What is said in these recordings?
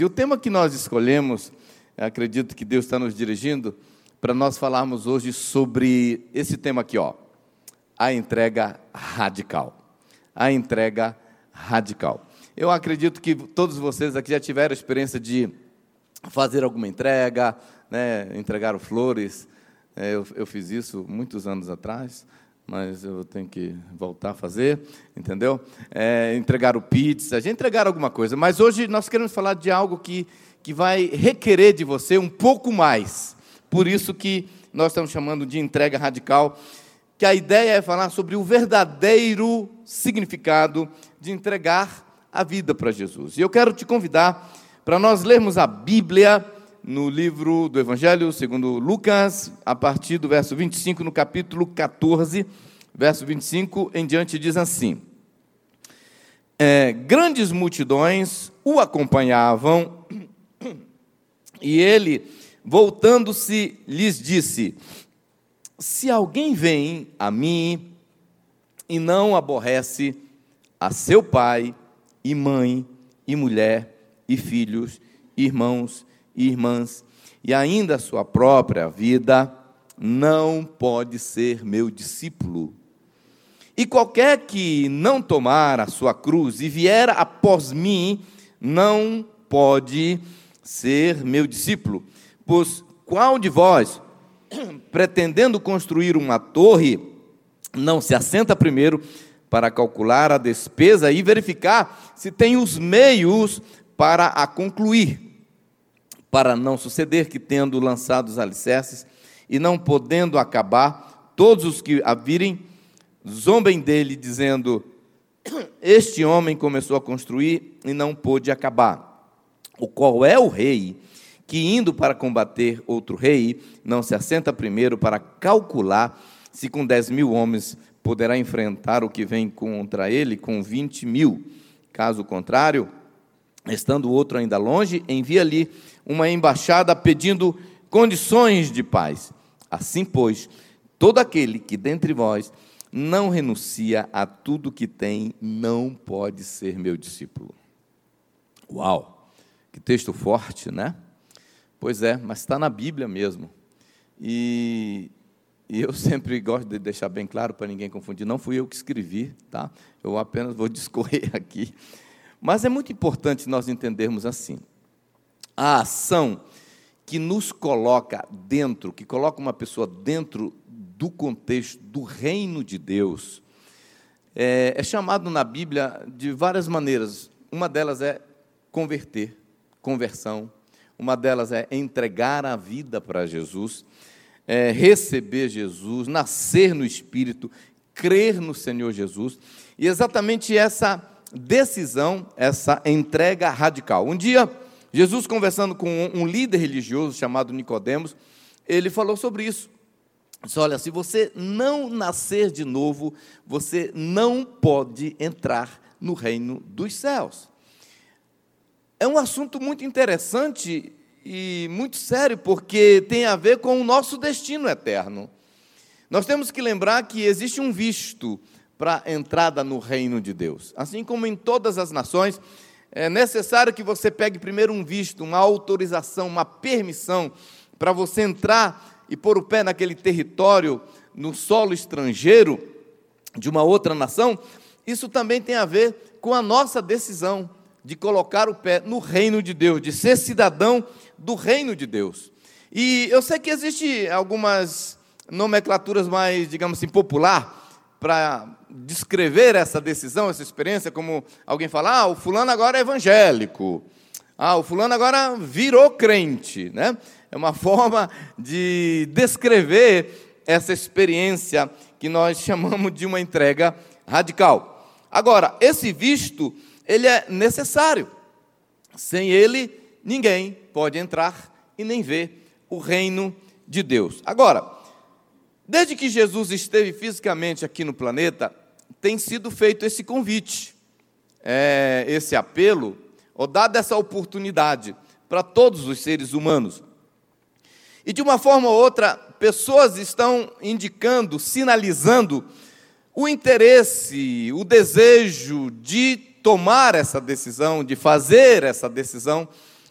E o tema que nós escolhemos, acredito que Deus está nos dirigindo, para nós falarmos hoje sobre esse tema aqui, ó, a entrega radical. A entrega radical. Eu acredito que todos vocês aqui já tiveram a experiência de fazer alguma entrega, né, entregaram flores. Eu fiz isso muitos anos atrás, mas eu tenho que voltar a fazer, entendeu? Entregaram pizza, já entregaram alguma coisa. Mas hoje nós queremos falar de algo que vai requerer de você um pouco mais. Por isso que nós estamos chamando de entrega radical, que a ideia é falar sobre o verdadeiro significado de entregar a vida para Jesus. E eu quero te convidar para nós lermos a Bíblia no livro do Evangelho segundo Lucas, a partir do verso 25, no capítulo 14, verso 25 em diante, diz assim: grandes multidões o acompanhavam, e ele, voltando-se, lhes disse: se alguém vem a mim e não aborrece a seu pai e mãe e mulher e filhos, irmãos e irmãs, e ainda a sua própria vida, não pode ser meu discípulo. E qualquer que não tomar a sua cruz e vier após mim, não pode ser meu discípulo. Pois qual de vós, pretendendo construir uma torre, não se assenta primeiro para calcular a despesa e verificar se tem os meios para a concluir? Para não suceder que, tendo lançado os alicerces e não podendo acabar, todos os que a virem zombem dele, dizendo: este homem começou a construir e não pôde acabar. O qual é o rei que, indo para combater outro rei, não se assenta primeiro para calcular se com 10.000 homens poderá enfrentar o que vem contra ele com 20.000? Caso contrário, estando o outro ainda longe, envia-lhe uma embaixada pedindo condições de paz. Assim, pois, todo aquele que dentre vós não renuncia a tudo que tem, não pode ser meu discípulo. Uau! Que texto forte, né? Pois é, mas está na Bíblia mesmo. E eu sempre gosto de deixar bem claro para ninguém confundir, não fui eu que escrevi, tá? Eu apenas vou discorrer aqui. Mas é muito importante nós entendermos assim: a ação que nos coloca dentro, que coloca uma pessoa dentro do contexto do reino de Deus, é chamado na Bíblia de várias maneiras. Uma delas é converter, conversão. Uma delas é entregar a vida para Jesus, receber Jesus, nascer no Espírito, crer no Senhor Jesus. E exatamente essa decisão, essa entrega radical. Um dia, Jesus, conversando com um líder religioso chamado Nicodemos, ele falou sobre isso. Disse: olha, se você não nascer de novo, você não pode entrar no reino dos céus. É um assunto muito interessante e muito sério, porque tem a ver com o nosso destino eterno. Nós temos que lembrar que existe um visto para a entrada no reino de Deus. Assim como em todas as nações, é necessário que você pegue primeiro um visto, uma autorização, uma permissão, para você entrar e pôr o pé naquele território, no solo estrangeiro de uma outra nação. Isso também tem a ver com a nossa decisão de colocar o pé no reino de Deus, de ser cidadão do reino de Deus. E eu sei que existe algumas nomenclaturas mais, digamos assim, popular, para descrever essa decisão, essa experiência, como alguém fala: o fulano agora é evangélico, o fulano agora virou crente, né? É uma forma de descrever essa experiência que nós chamamos de uma entrega radical. Agora, esse visto, ele é necessário. Sem ele, ninguém pode entrar e nem ver o reino de Deus. Agora, desde que Jesus esteve fisicamente aqui no planeta, tem sido feito esse convite, esse apelo, ou dado essa oportunidade para todos os seres humanos. E de uma forma ou outra, pessoas estão indicando, sinalizando o interesse, o desejo de tomar essa decisão, de fazer essa decisão,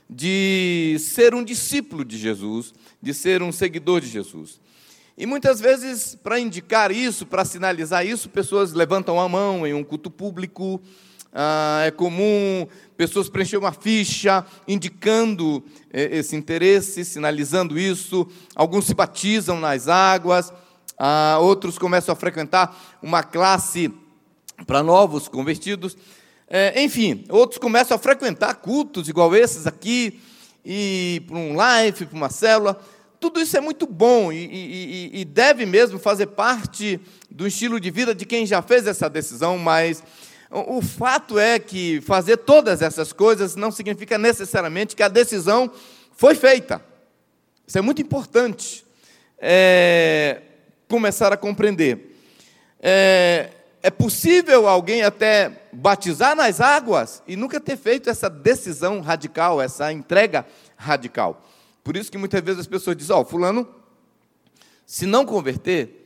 de ser um discípulo de Jesus, de ser um seguidor de Jesus. E muitas vezes, para indicar isso, para sinalizar isso, pessoas levantam a mão em um culto público. É comum pessoas preencherem uma ficha indicando esse interesse, sinalizando isso. Alguns se batizam nas águas, outros começam a frequentar uma classe para novos convertidos. Enfim, outros começam a frequentar cultos igual esses aqui, e para um live, para uma célula. Tudo isso é muito bom e deve mesmo fazer parte do estilo de vida de quem já fez essa decisão, mas o fato é que fazer todas essas coisas não significa necessariamente que a decisão foi feita. Isso é muito importante começar a compreender. É possível alguém até batizar nas águas e nunca ter feito essa decisão radical, essa entrega radical. Por isso que muitas vezes as pessoas dizem, fulano, se não converter,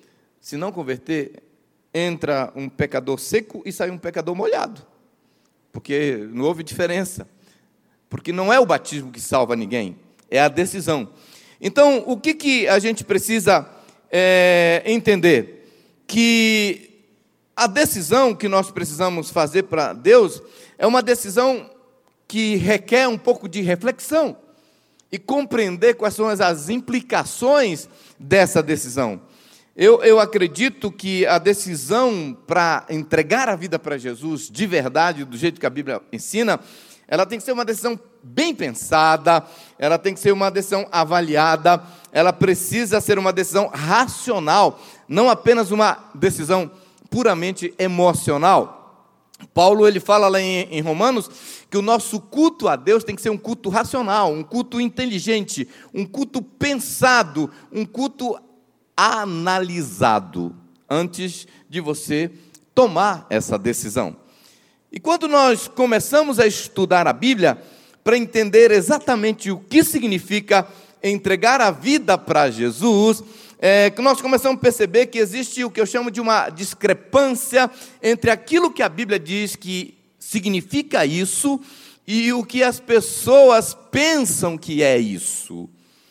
entra um pecador seco e sai um pecador molhado. Porque não houve diferença. Porque não é o batismo que salva ninguém, é a decisão. Então, o que a gente precisa entender? Que a decisão que nós precisamos fazer para Deus é uma decisão que requer um pouco de reflexão e compreender quais são as implicações dessa decisão. Eu acredito que a decisão para entregar a vida para Jesus, de verdade, do jeito que a Bíblia ensina, ela tem que ser uma decisão bem pensada, ela tem que ser uma decisão avaliada, ela precisa ser uma decisão racional, não apenas uma decisão puramente emocional. Paulo ele fala lá em Romanos que o nosso culto a Deus tem que ser um culto racional, um culto inteligente, um culto pensado, um culto analisado, antes de você tomar essa decisão. E quando nós começamos a estudar a Bíblia, para entender exatamente o que significa entregar a vida para Jesus, que nós começamos a perceber que existe o que eu chamo de uma discrepância entre aquilo que a Bíblia diz que significa isso e o que as pessoas pensam que é isso.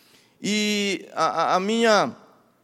E a minha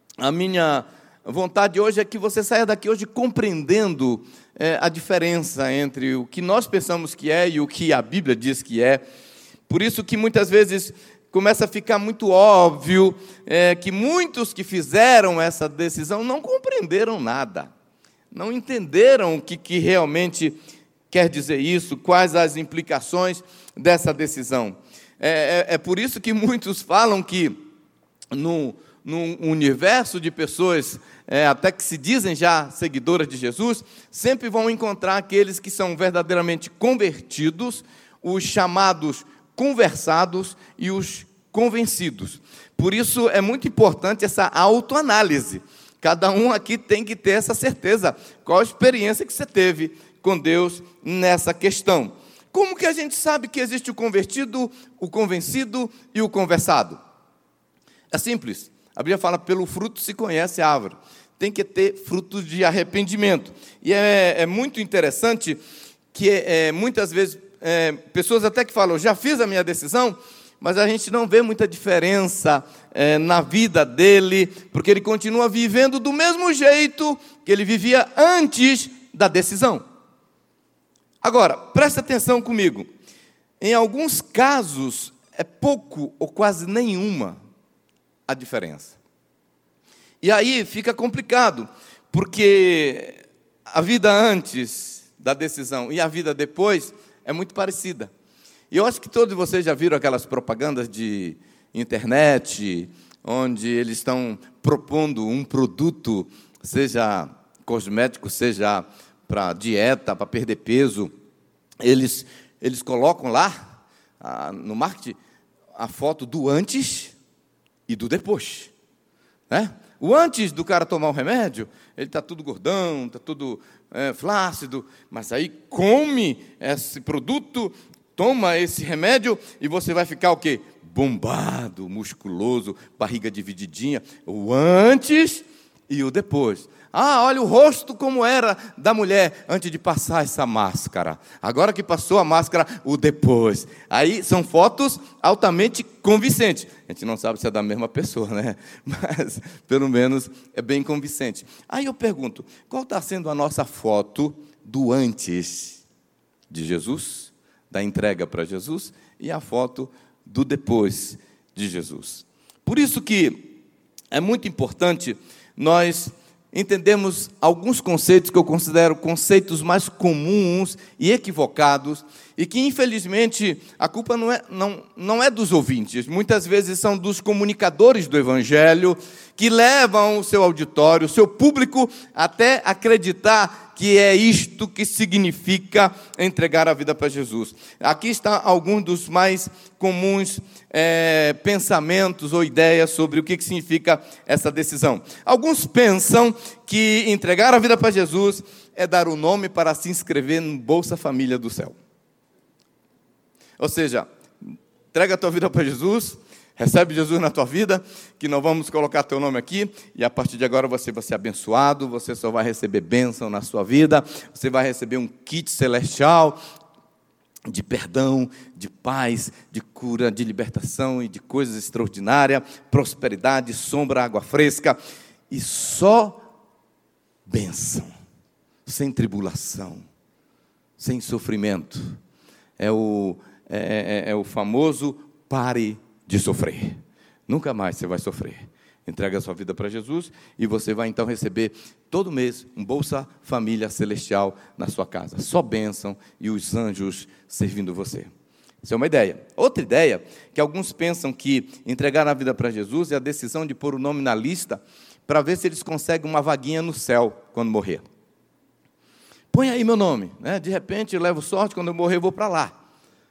vontade hoje é que você saia daqui hoje compreendendo a diferença entre o que nós pensamos que é e o que a Bíblia diz que é. Por isso que muitas vezes começa a ficar muito óbvio que muitos que fizeram essa decisão não compreenderam nada, não entenderam o que realmente quer dizer isso, quais as implicações dessa decisão. É por isso que muitos falam que num universo de pessoas, até que se dizem já seguidoras de Jesus, sempre vão encontrar aqueles que são verdadeiramente convertidos, os chamados conversados e os convencidos. Por isso é muito importante essa autoanálise. Cada um aqui tem que ter essa certeza. Qual a experiência que você teve com Deus nessa questão? Como que a gente sabe que existe o convertido, o convencido e o conversado? É simples. A Bíblia fala, pelo fruto se conhece a árvore. Tem que ter frutos de arrependimento. E é muito interessante que muitas vezes pessoas até que falam, já fiz a minha decisão, mas a gente não vê muita diferença na vida dele, porque ele continua vivendo do mesmo jeito que ele vivia antes da decisão. Agora, preste atenção comigo. Em alguns casos, é pouco ou quase nenhuma a diferença. E aí fica complicado, porque a vida antes da decisão e a vida depois é muito parecida. E eu acho que todos vocês já viram aquelas propagandas de internet, onde eles estão propondo um produto, seja cosmético, seja para dieta, para perder peso. Eles colocam lá, no marketing, a foto do antes e do depois. Né? O antes do cara tomar o remédio, ele está tudo gordão, está tudo flácido, mas aí come esse produto, toma esse remédio e você vai ficar o quê? Bombado, musculoso, barriga divididinha. O antes e o depois. Ah, olha o rosto como era da mulher antes de passar essa máscara. Agora que passou a máscara, o depois. Aí são fotos altamente convincentes. A gente não sabe se é da mesma pessoa, né? Mas, pelo menos, é bem convincente. Aí eu pergunto, qual está sendo a nossa foto do antes de Jesus, da entrega para Jesus, e a foto do depois de Jesus? Por isso que é muito importante nós entendemos alguns conceitos que eu considero conceitos mais comuns e equivocados, e que, infelizmente, a culpa não é dos ouvintes, muitas vezes são dos comunicadores do Evangelho, que levam o seu auditório, o seu público, até acreditar que é isto que significa entregar a vida para Jesus. Aqui está alguns dos mais comuns pensamentos ou ideias sobre o que significa essa decisão. Alguns pensam que entregar a vida para Jesus é dar o nome para se inscrever no Bolsa Família do céu. Ou seja, entrega a tua vida para Jesus, recebe Jesus na tua vida, que nós vamos colocar teu nome aqui, e a partir de agora você vai ser abençoado, você só vai receber bênção na sua vida, você vai receber um kit celestial de perdão, de paz, de cura, de libertação e de coisas extraordinárias, prosperidade, sombra, água fresca, e só bênção, sem tribulação, sem sofrimento. É o famoso pare de sofrer. Nunca mais você vai sofrer. Entrega a sua vida para Jesus e você vai então receber todo mês um Bolsa Família Celestial na sua casa. Só bênção e os anjos servindo você. Isso é uma ideia. Outra ideia, que alguns pensam que entregar a vida para Jesus é a decisão de pôr o nome na lista para ver se eles conseguem uma vaguinha no céu quando morrer. Põe aí meu nome, né? De repente eu levo sorte, quando eu morrer eu vou para lá.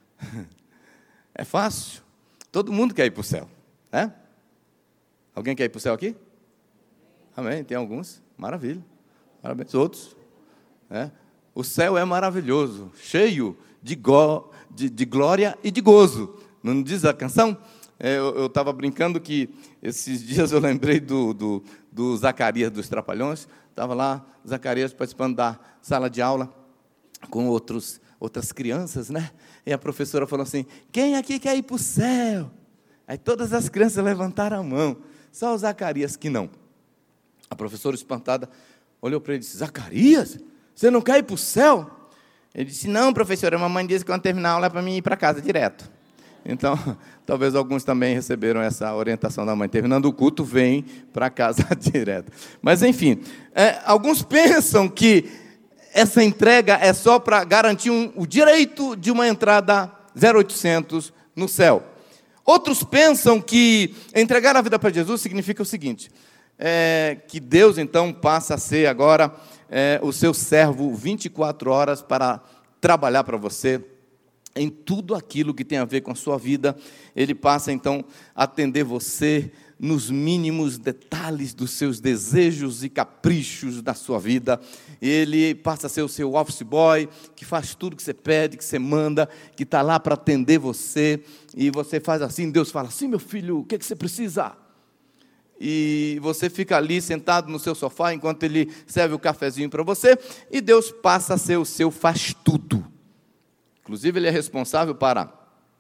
É fácil. Todo mundo quer ir para o céu, né? Alguém quer ir para o céu aqui? Amém, tem alguns. Maravilha. Parabéns. Outros. Né? O céu é maravilhoso, cheio de glória e de gozo. Não diz a canção? Eu estava brincando que esses dias eu lembrei do Zacarias dos Trapalhões. Estava lá, Zacarias participando da sala de aula com outras crianças, né? E a professora falou assim, quem aqui quer ir para o céu? Aí todas as crianças levantaram a mão, só o Zacarias que não. A professora, espantada, olhou para ele e disse, Zacarias, você não quer ir para o céu? Ele disse, não, professora, a mamãe disse que quando terminar a aula é para mim ir para casa direto. Então, talvez alguns também receberam essa orientação da mãe. Terminando o culto, vem para casa direto. Mas, enfim, alguns pensam que essa entrega é só para garantir o direito de uma entrada 0800 no céu. Outros pensam que entregar a vida para Jesus significa o seguinte, que Deus, então, passa a ser agora o seu servo 24 horas para trabalhar para você em tudo aquilo que tem a ver com a sua vida. Ele passa, então, a atender você nos mínimos detalhes dos seus desejos e caprichos da sua vida. Ele passa a ser o seu office boy, que faz tudo que você pede, que você manda, que está lá para atender você, e você faz assim, Deus fala assim, meu filho, o que você precisa? E você fica ali sentado no seu sofá, enquanto ele serve o cafezinho para você, e Deus passa a ser o seu faz-tudo. Inclusive, ele é responsável para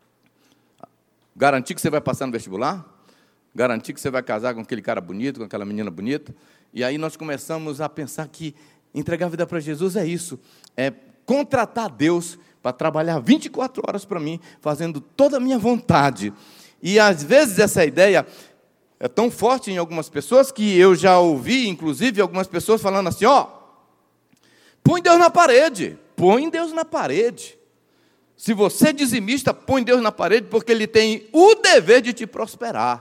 garantir que você vai passar no vestibular, garantir que você vai casar com aquele cara bonito, com aquela menina bonita. E aí nós começamos a pensar que entregar a vida para Jesus é isso, é contratar Deus para trabalhar 24 horas para mim, fazendo toda a minha vontade. E às vezes essa ideia é tão forte em algumas pessoas que eu já ouvi, inclusive, algumas pessoas falando assim, põe Deus na parede, põe Deus na parede. Se você é dizimista, põe Deus na parede, porque Ele tem o dever de te prosperar.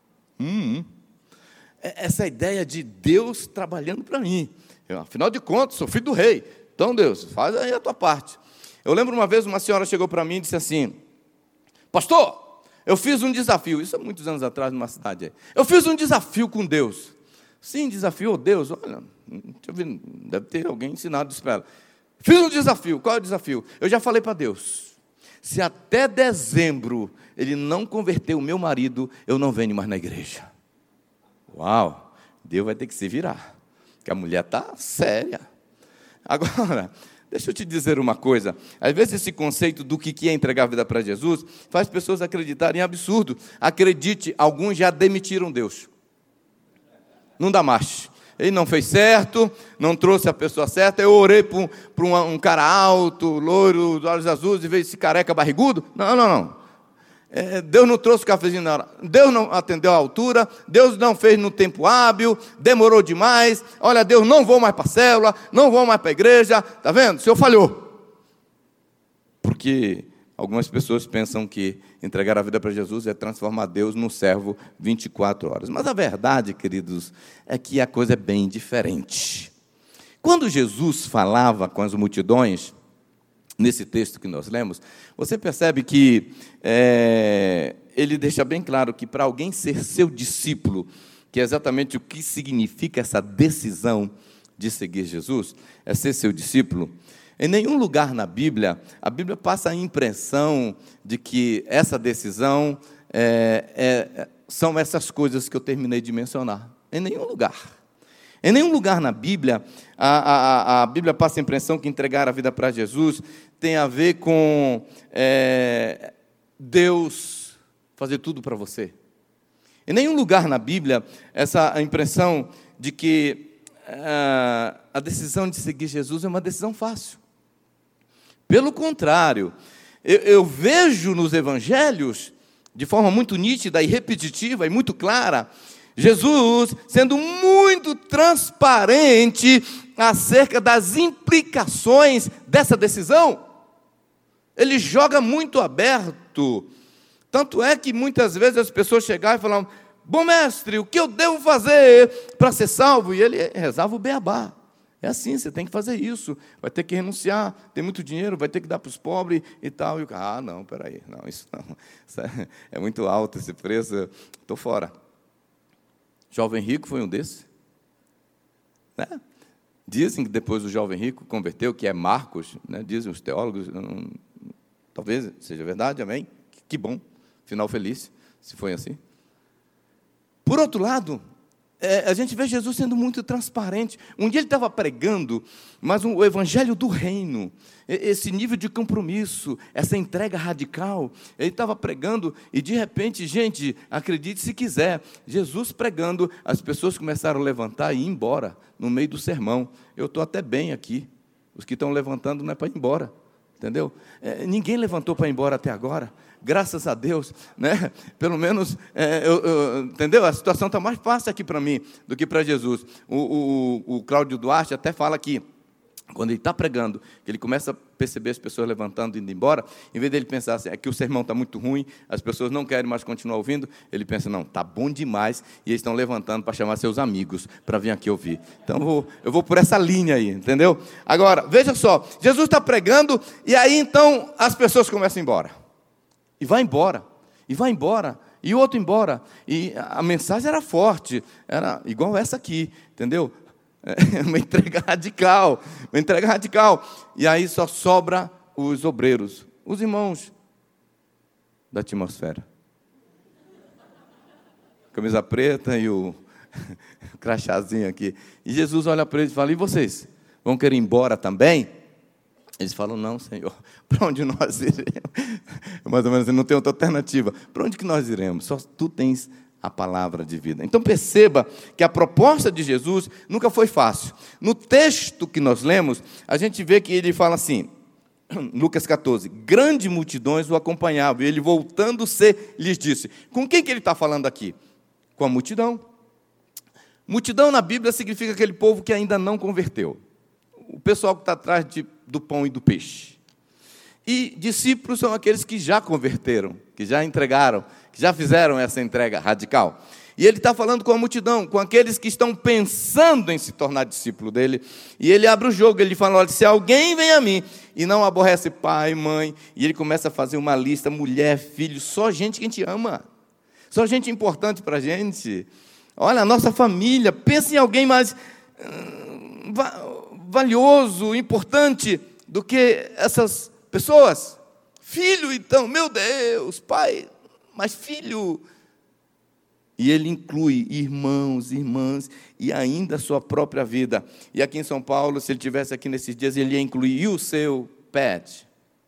Essa ideia de Deus trabalhando para mim. Afinal de contas, sou filho do rei. Então, Deus, faz aí a tua parte. Eu lembro uma vez, uma senhora chegou para mim e disse assim, pastor, eu fiz um desafio. Isso há muitos anos atrás, numa cidade aí. Eu fiz um desafio com Deus. Sim, desafio, Deus. Olha, deixa eu ver, deve ter alguém ensinado isso para ela. Fiz um desafio. Qual é o desafio? Eu já falei para Deus, se até dezembro ele não converter o meu marido, eu não venho mais na igreja. Uau! Deus vai ter que se virar, porque a mulher está séria. Agora, deixa eu te dizer uma coisa. Às vezes esse conceito do que é entregar a vida para Jesus faz pessoas acreditarem em absurdo. Acredite, alguns já demitiram Deus. Não dá mais. Ele não fez certo, não trouxe a pessoa certa. Eu orei por um cara alto, loiro, de olhos azuis, e veio esse careca barrigudo. Não. Deus não trouxe o cafezinho na hora. Deus não atendeu à altura. Deus não fez no tempo hábil. Demorou demais. Olha, Deus, não vou mais para a célula, não vou mais para a igreja. Está vendo? O senhor falhou. Porque algumas pessoas pensam que entregar a vida para Jesus é transformar Deus num servo 24 horas. Mas a verdade, queridos, é que a coisa é bem diferente. Quando Jesus falava com as multidões, nesse texto que nós lemos, você percebe que ele deixa bem claro que para alguém ser seu discípulo, que é exatamente o que significa essa decisão de seguir Jesus, é ser seu discípulo. Em nenhum lugar na Bíblia, a Bíblia passa a impressão de que essa decisão são essas coisas que eu terminei de mencionar. Em nenhum lugar. Em nenhum lugar na Bíblia, a Bíblia passa a impressão que entregar a vida para Jesus tem a ver com Deus fazer tudo para você. Em nenhum lugar na Bíblia, essa impressão de que a decisão de seguir Jesus é uma decisão fácil. Pelo contrário, eu vejo nos evangelhos, de forma muito nítida e repetitiva e muito clara, Jesus sendo muito transparente acerca das implicações dessa decisão. Ele joga muito aberto. Tanto é que muitas vezes as pessoas chegavam e falavam: bom mestre, o que eu devo fazer para ser salvo? E ele rezava o beabá. É assim, você tem que fazer isso, vai ter que renunciar, tem muito dinheiro, vai ter que dar para os pobres e tal. E o não, peraí, não, isso não. Isso é muito alto esse preço, estou fora. Jovem rico foi um desses. Né? Dizem que depois o jovem rico converteu, que é Marcos, né? Dizem os teólogos, talvez seja verdade, amém? Que bom, final feliz, se foi assim. Por outro lado, a gente vê Jesus sendo muito transparente. Um dia ele estava pregando, mas o evangelho do reino, esse nível de compromisso, essa entrega radical, ele estava pregando e de repente, gente, acredite se quiser, Jesus pregando, as pessoas começaram a levantar e ir embora no meio do sermão. Eu estou até bem aqui, os que estão levantando não é para ir embora, entendeu? Ninguém levantou para ir embora até agora. Graças a Deus, né? Pelo menos, entendeu? A situação está mais fácil aqui para mim do que para Jesus. O Cláudio Duarte até fala que, quando ele está pregando, que ele começa a perceber as pessoas levantando e indo embora, em vez dele pensar assim, que o sermão está muito ruim, as pessoas não querem mais continuar ouvindo, ele pensa, não, está bom demais, e eles estão levantando para chamar seus amigos para vir aqui ouvir. Então, eu vou por essa linha aí, entendeu? Agora, veja só, Jesus está pregando, e aí, então, as pessoas começam a ir embora. E vai embora, e o outro embora. E a mensagem era forte, era igual essa aqui, entendeu? Uma entrega radical. E aí só sobra os obreiros, os irmãos da atmosfera. Camisa preta e o crachazinho aqui. E Jesus olha para eles e fala, e vocês? Vão querer ir embora também? Eles falam, não, Senhor, para onde nós iremos? Mais ou menos, não tem outra alternativa. Para onde que nós iremos? Só tu tens a palavra de vida. Então perceba que a proposta de Jesus nunca foi fácil. No texto que nós lemos, a gente vê que ele fala assim, Lucas 14, grandes multidões o acompanhavam, e ele voltando-se lhes disse, com quem que ele está falando aqui? Com a multidão. Multidão na Bíblia significa aquele povo que ainda não converteu. O pessoal que está atrás do pão e do peixe. E discípulos são aqueles que já converteram, que já entregaram, que já fizeram essa entrega radical. E ele está falando com a multidão, com aqueles que estão pensando em se tornar discípulo dele. E ele abre o jogo, ele fala, olha, se alguém vem a mim e não aborrece pai, mãe, e ele começa a fazer uma lista, mulher, filho, só gente que a gente ama, só gente importante para a gente. Olha, a nossa família, pensa em alguém mais valioso, importante do que essas pessoas. Filho, então, meu Deus, pai, mas filho, E ele inclui irmãos, irmãs e ainda a sua própria vida. E aqui em São Paulo, se ele estivesse aqui nesses dias, ele ia incluir e o seu pet,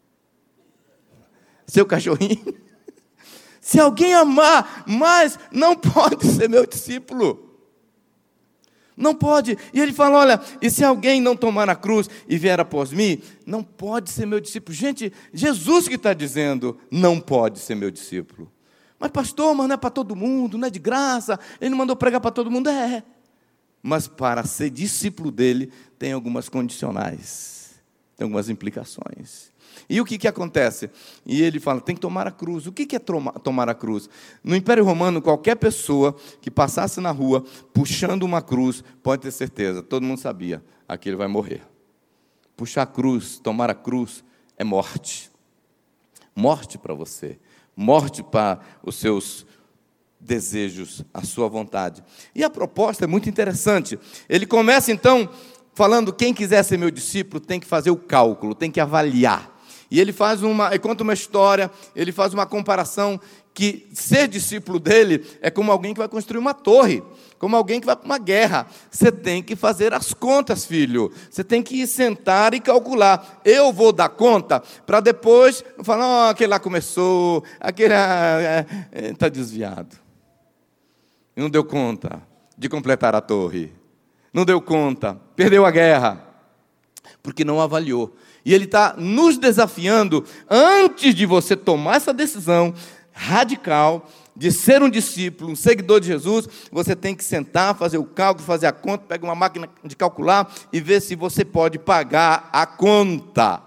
seu cachorrinho. Se alguém amar, mas não pode ser meu discípulo. Não pode. E ele fala, olha, e se alguém não tomar a cruz e vier após mim, não pode ser meu discípulo. Gente, Jesus que está dizendo, não pode ser meu discípulo. Mas pastor, mas não é para todo mundo, não é de graça, ele não mandou pregar para todo mundo. É. Mas para ser discípulo dele, tem algumas condicionais, tem algumas implicações. E o que acontece? E ele fala, tem que tomar a cruz. O que é tomar a cruz? No Império Romano, qualquer pessoa que passasse na rua puxando uma cruz, pode ter certeza, todo mundo sabia, aqui ele vai morrer. Puxar a cruz, tomar a cruz, é morte. Morte para você. Morte para os seus desejos, a sua vontade. E a proposta é muito interessante. Ele começa, então, falando, quem quiser ser meu discípulo tem que fazer o cálculo, tem que avaliar. E ele conta uma história, ele faz uma comparação que ser discípulo dele é como alguém que vai construir uma torre, como alguém que vai para uma guerra. Você tem que fazer as contas, filho. Você tem que sentar e calcular. Eu vou dar conta para depois não falar, aquele lá começou, aquele está desviado. Não deu conta de completar a torre. Não deu conta, perdeu a guerra, porque não avaliou. E ele está nos desafiando, antes de você tomar essa decisão radical de ser um discípulo, um seguidor de Jesus, você tem que sentar, fazer o cálculo, fazer a conta, pega uma máquina de calcular e ver se você pode pagar a conta.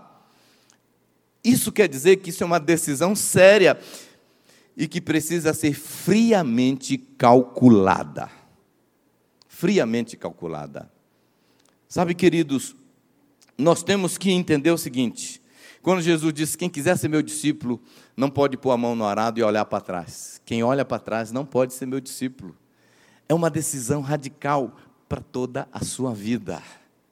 Isso quer dizer que isso é uma decisão séria e que precisa ser friamente calculada. Friamente calculada. Sabe, queridos, nós temos que entender o seguinte, quando Jesus disse, quem quiser ser meu discípulo, não pode pôr a mão no arado e olhar para trás. Quem olha para trás não pode ser meu discípulo. É uma decisão radical para toda a sua vida.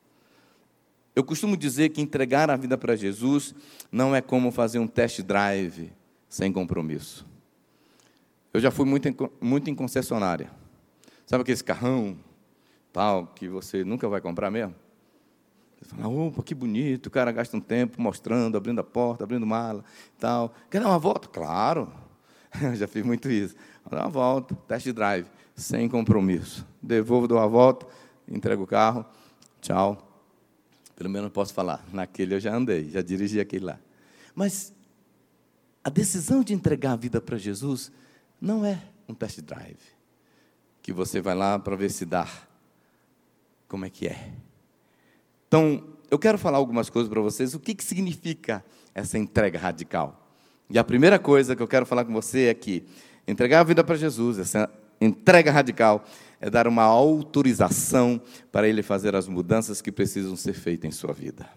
Eu costumo dizer que entregar a vida para Jesus não é como fazer um test drive sem compromisso. Eu já fui muito em concessionária. Sabe aquele carrão tal que você nunca vai comprar mesmo? Você fala, opa, que bonito, o cara gasta um tempo mostrando, abrindo a porta, abrindo mala, tal. Quer dar uma volta? Claro, eu já fiz muito isso. Vou dar uma volta, test drive, sem compromisso. Devolvo, dou uma volta, entrego o carro, tchau. Pelo menos posso falar, naquele eu já andei, já dirigi aquele lá. Mas a decisão de entregar a vida para Jesus não é um test drive, que você vai lá para ver se dá. Como é que é? Então, eu quero falar algumas coisas para vocês, o que significa essa entrega radical. E a primeira coisa que eu quero falar com você é que entregar a vida para Jesus, essa entrega radical, é dar uma autorização para Ele fazer as mudanças que precisam ser feitas em sua vida.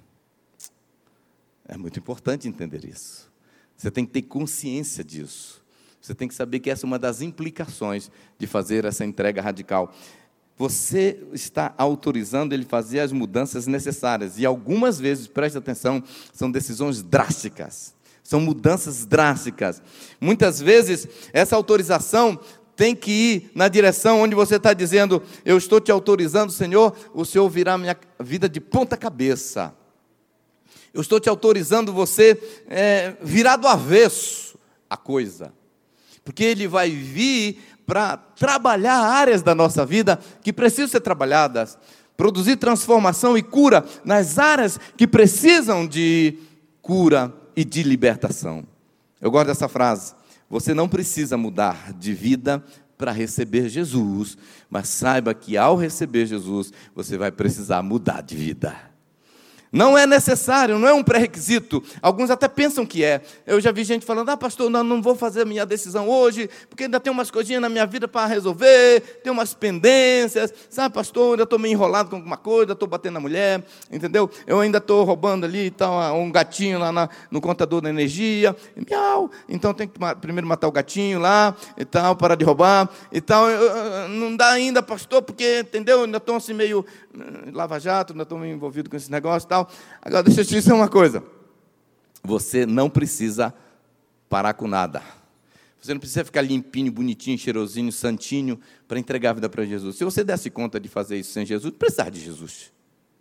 É muito importante entender isso. Você tem que ter consciência disso. Você tem que saber que essa é uma das implicações de fazer essa entrega radical. Você está autorizando Ele fazer as mudanças necessárias. E algumas vezes, preste atenção, são decisões drásticas. São mudanças drásticas. Muitas vezes, essa autorização tem que ir na direção onde você está dizendo, eu estou te autorizando, Senhor, o Senhor virá a minha vida de ponta cabeça. Eu estou te autorizando você virar do avesso a coisa. Porque Ele vai vir para trabalhar áreas da nossa vida que precisam ser trabalhadas, produzir transformação e cura nas áreas que precisam de cura e de libertação. Eu gosto dessa frase, você não precisa mudar de vida para receber Jesus, mas saiba que ao receber Jesus, você vai precisar mudar de vida. Não é necessário, não é um pré-requisito. Alguns até pensam que é. Eu já vi gente falando, pastor, não vou fazer a minha decisão hoje, porque ainda tem umas coisinhas na minha vida para resolver, tem umas pendências, sabe, pastor, ainda estou meio enrolado com alguma coisa, estou batendo na mulher, entendeu? Eu ainda estou roubando ali e tal, um gatinho lá no contador da energia, miau, então tem que primeiro matar o gatinho lá, e tal, parar de roubar, e tal. Não dá ainda, pastor, porque, entendeu, ainda estou assim meio lava-jato, ainda estou meio envolvido com esse negócio e tal. Agora, deixa eu te dizer uma coisa. Você não precisa parar com nada. Você não precisa ficar limpinho, bonitinho, cheirosinho, santinho para entregar a vida para Jesus. Se você desse conta de fazer isso sem Jesus, não precisar de Jesus.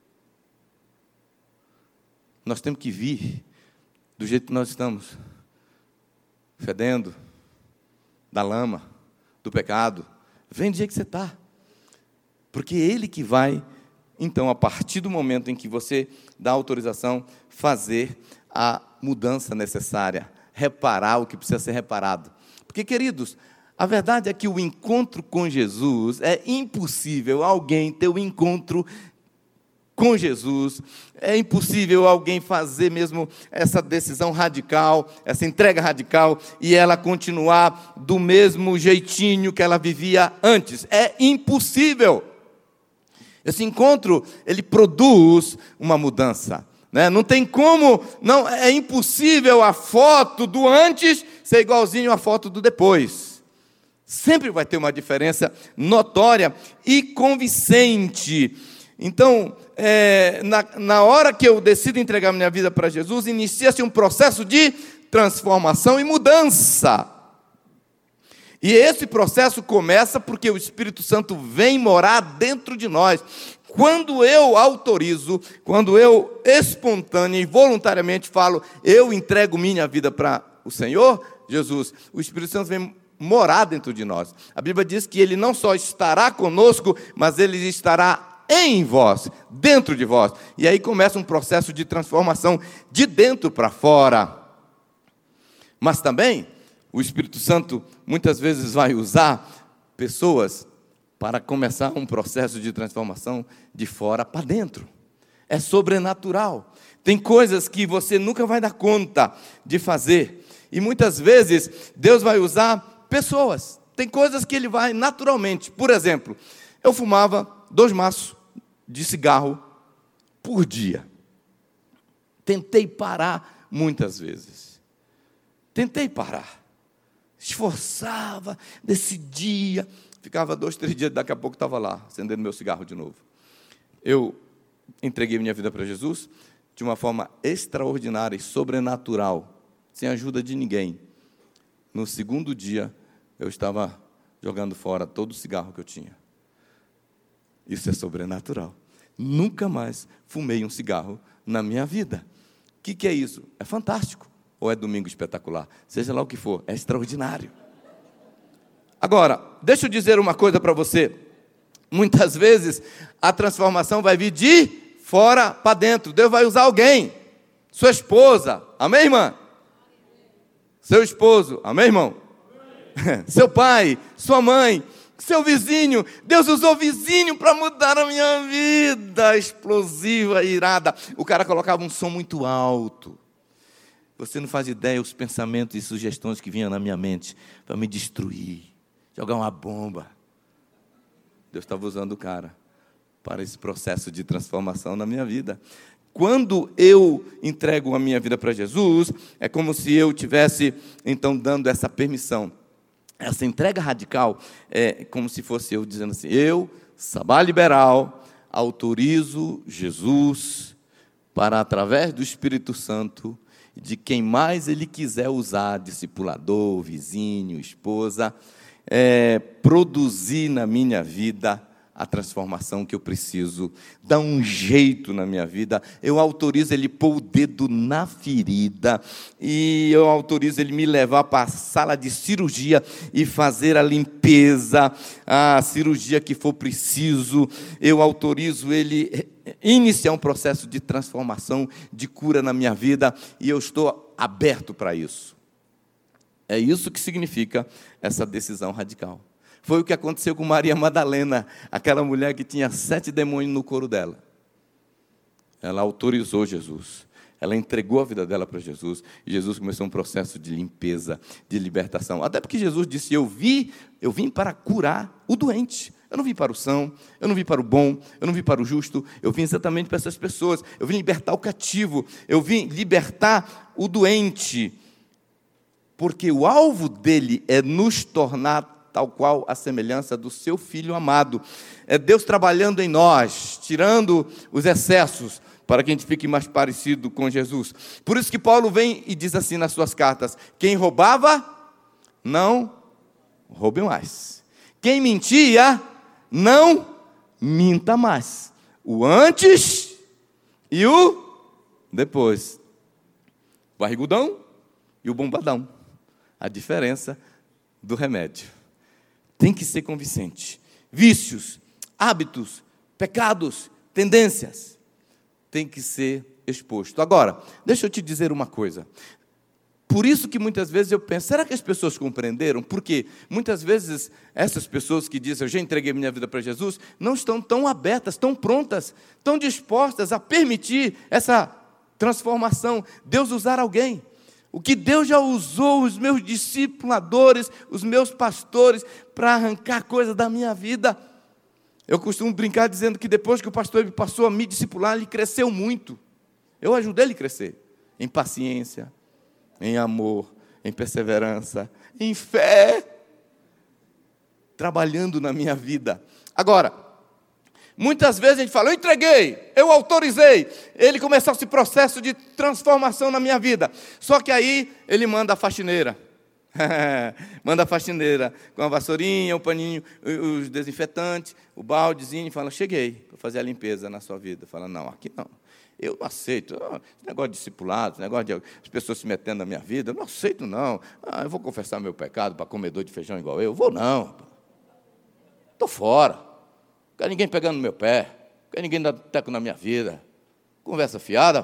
Nós temos que vir do jeito que nós estamos, fedendo da lama, do pecado. Vem do jeito que você está. Porque é Ele que vai, então, a partir do momento em que você dá autorização, fazer a mudança necessária, reparar o que precisa ser reparado. Porque, queridos, a verdade é que o encontro com Jesus, é impossível alguém ter o encontro com Jesus, é impossível alguém fazer mesmo essa decisão radical, essa entrega radical, e ela continuar do mesmo jeitinho que ela vivia antes. É impossível. Esse encontro, ele produz uma mudança, né? Não tem como, não, é impossível a foto do antes ser igualzinho à foto do depois. Sempre vai ter uma diferença notória e convincente. Então, na hora que eu decido entregar minha vida para Jesus, inicia-se um processo de transformação e mudança. E esse processo começa porque o Espírito Santo vem morar dentro de nós. Quando eu autorizo, quando eu espontânea e voluntariamente falo, eu entrego minha vida para o Senhor Jesus, o Espírito Santo vem morar dentro de nós. A Bíblia diz que Ele não só estará conosco, mas Ele estará em vós, dentro de vós. E aí começa um processo de transformação de dentro para fora. Mas também, o Espírito Santo muitas vezes vai usar pessoas para começar um processo de transformação de fora para dentro. É sobrenatural. Tem coisas que você nunca vai dar conta de fazer. E muitas vezes Deus vai usar pessoas. Tem coisas que Ele vai naturalmente. Por exemplo, eu fumava 2 maços de cigarro por dia. Tentei parar muitas vezes. Tentei parar. Esforçava, decidia, ficava 2, 3 dias, daqui a pouco estava lá, acendendo meu cigarro de novo. Eu entreguei minha vida para Jesus de uma forma extraordinária e sobrenatural, sem ajuda de ninguém. No 2º dia, eu estava jogando fora todo o cigarro que eu tinha. Isso é sobrenatural. Nunca mais fumei um cigarro na minha vida. O que é isso? É fantástico. Ou é domingo espetacular? Seja lá o que for, é extraordinário. Agora, deixa eu dizer uma coisa para você. Muitas vezes, a transformação vai vir de fora para dentro. Deus vai usar alguém. Sua esposa. Amém, irmã? Seu esposo. Amém, irmão? Amém. Seu pai, sua mãe, seu vizinho. Deus usou vizinho para mudar a minha vida. Explosiva, irada. O cara colocava um som muito alto. Você não faz ideia os pensamentos e sugestões que vinham na minha mente para me destruir, jogar uma bomba. Deus estava usando o cara para esse processo de transformação na minha vida. Quando eu entrego a minha vida para Jesus, é como se eu tivesse, então, dando essa permissão. Essa entrega radical é como se fosse eu dizendo assim, eu, Sabá Liberal, autorizo Jesus para, através do Espírito Santo, de quem mais Ele quiser usar, discipulador, vizinho, esposa, produzir na minha vida a transformação que eu preciso, dar um jeito na minha vida. Eu autorizo Ele pôr o dedo na ferida, e eu autorizo Ele me levar para a sala de cirurgia e fazer a limpeza, a cirurgia que for preciso. Eu autorizo Ele iniciar um processo de transformação, de cura na minha vida, e eu estou aberto para isso. É isso que significa essa decisão radical. Foi o que aconteceu com Maria Madalena, aquela mulher que tinha 7 demônios no corpo dela. Ela autorizou Jesus. Ela entregou a vida dela para Jesus. E Jesus começou um processo de limpeza, de libertação. Até porque Jesus disse, eu vim para curar o doente. Eu não vim para o são, eu não vim para o bom, eu não vim para o justo. Eu vim exatamente para essas pessoas. Eu vim libertar o cativo. Eu vim libertar o doente. Porque o alvo dele é nos tornar tal qual a semelhança do seu Filho amado. É Deus trabalhando em nós, tirando os excessos, para que a gente fique mais parecido com Jesus. Por isso que Paulo vem e diz assim nas suas cartas, quem roubava, não roube mais. Quem mentia, não minta mais. O antes e o depois. O barrigudão e o bombadão. A diferença do remédio. Tem que ser convincente. Vícios, hábitos, pecados, tendências. Tem que ser exposto. Agora, deixa eu te dizer uma coisa. Por isso que muitas vezes eu penso, será que as pessoas compreenderam? Porque muitas vezes essas pessoas que dizem, eu já entreguei minha vida para Jesus, não estão tão abertas, tão prontas, tão dispostas a permitir essa transformação, Deus usar alguém. O que Deus já usou os meus discipuladores, os meus pastores, para arrancar coisas da minha vida. Eu costumo brincar dizendo que depois que o pastor passou a me discipular, ele cresceu muito. Eu ajudei ele a crescer em paciência, em amor, em perseverança, em fé, trabalhando na minha vida. Agora, muitas vezes a gente fala, eu entreguei, eu autorizei. Ele começou esse processo de transformação na minha vida. Só que aí ele manda a faxineira. Manda a faxineira com a vassourinha, o paninho, os desinfetantes, o baldezinho, e fala, cheguei para fazer a limpeza na sua vida. Fala, não, aqui não. Eu não aceito. Esse negócio de discipulado, esse negócio de as pessoas se metendo na minha vida, eu não aceito, não. Eu vou confessar meu pecado para comedor de feijão igual eu. Vou não. Estou fora. Não quero ninguém pegando no meu pé. Não quero ninguém dando teco na minha vida. Conversa fiada.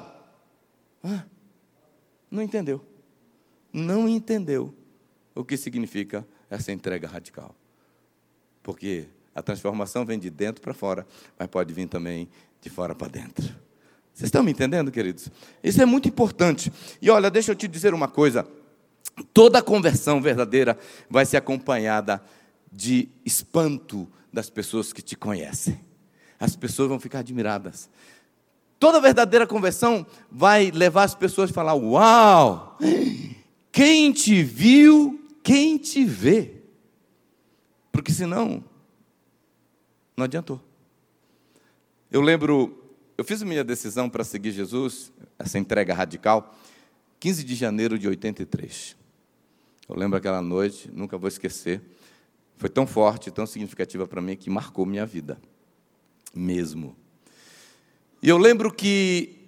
Não entendeu. Não entendeu o que significa essa entrega radical. Porque a transformação vem de dentro para fora, mas pode vir também de fora para dentro. Vocês estão me entendendo, queridos? Isso é muito importante. E olha, deixa eu te dizer uma coisa. Toda conversão verdadeira vai ser acompanhada de espanto das pessoas que te conhecem. As pessoas vão ficar admiradas. Toda verdadeira conversão vai levar as pessoas a falar, uau, quem te viu, quem te vê. Porque senão, não adiantou. Eu lembro, eu fiz a minha decisão para seguir Jesus, essa entrega radical, 15 de janeiro de 83. Eu lembro aquela noite, nunca vou esquecer. Foi tão forte, tão significativa para mim, que marcou minha vida. Mesmo. E eu lembro que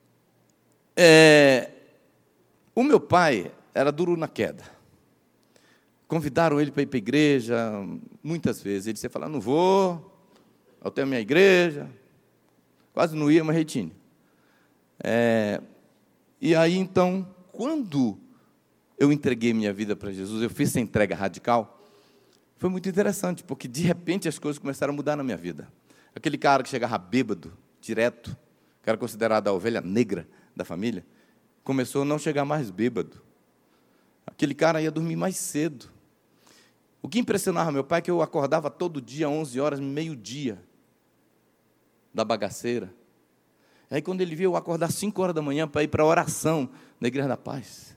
o meu pai era duro na queda. Convidaram ele para ir para a igreja, muitas vezes. Ele disse, não vou, eu tenho a minha igreja. Quase não ia, mas retinha. E aí, então, quando eu entreguei minha vida para Jesus, eu fiz essa entrega radical, foi muito interessante, porque, de repente, as coisas começaram a mudar na minha vida. Aquele cara que chegava bêbado, direto, que era considerado a ovelha negra da família, começou a não chegar mais bêbado. Aquele cara ia dormir mais cedo. O que impressionava meu pai é que eu acordava todo dia, 11 horas, meio-dia, da bagaceira. Aí, quando ele viu eu acordar 5 horas da manhã para ir para a oração na Igreja da Paz.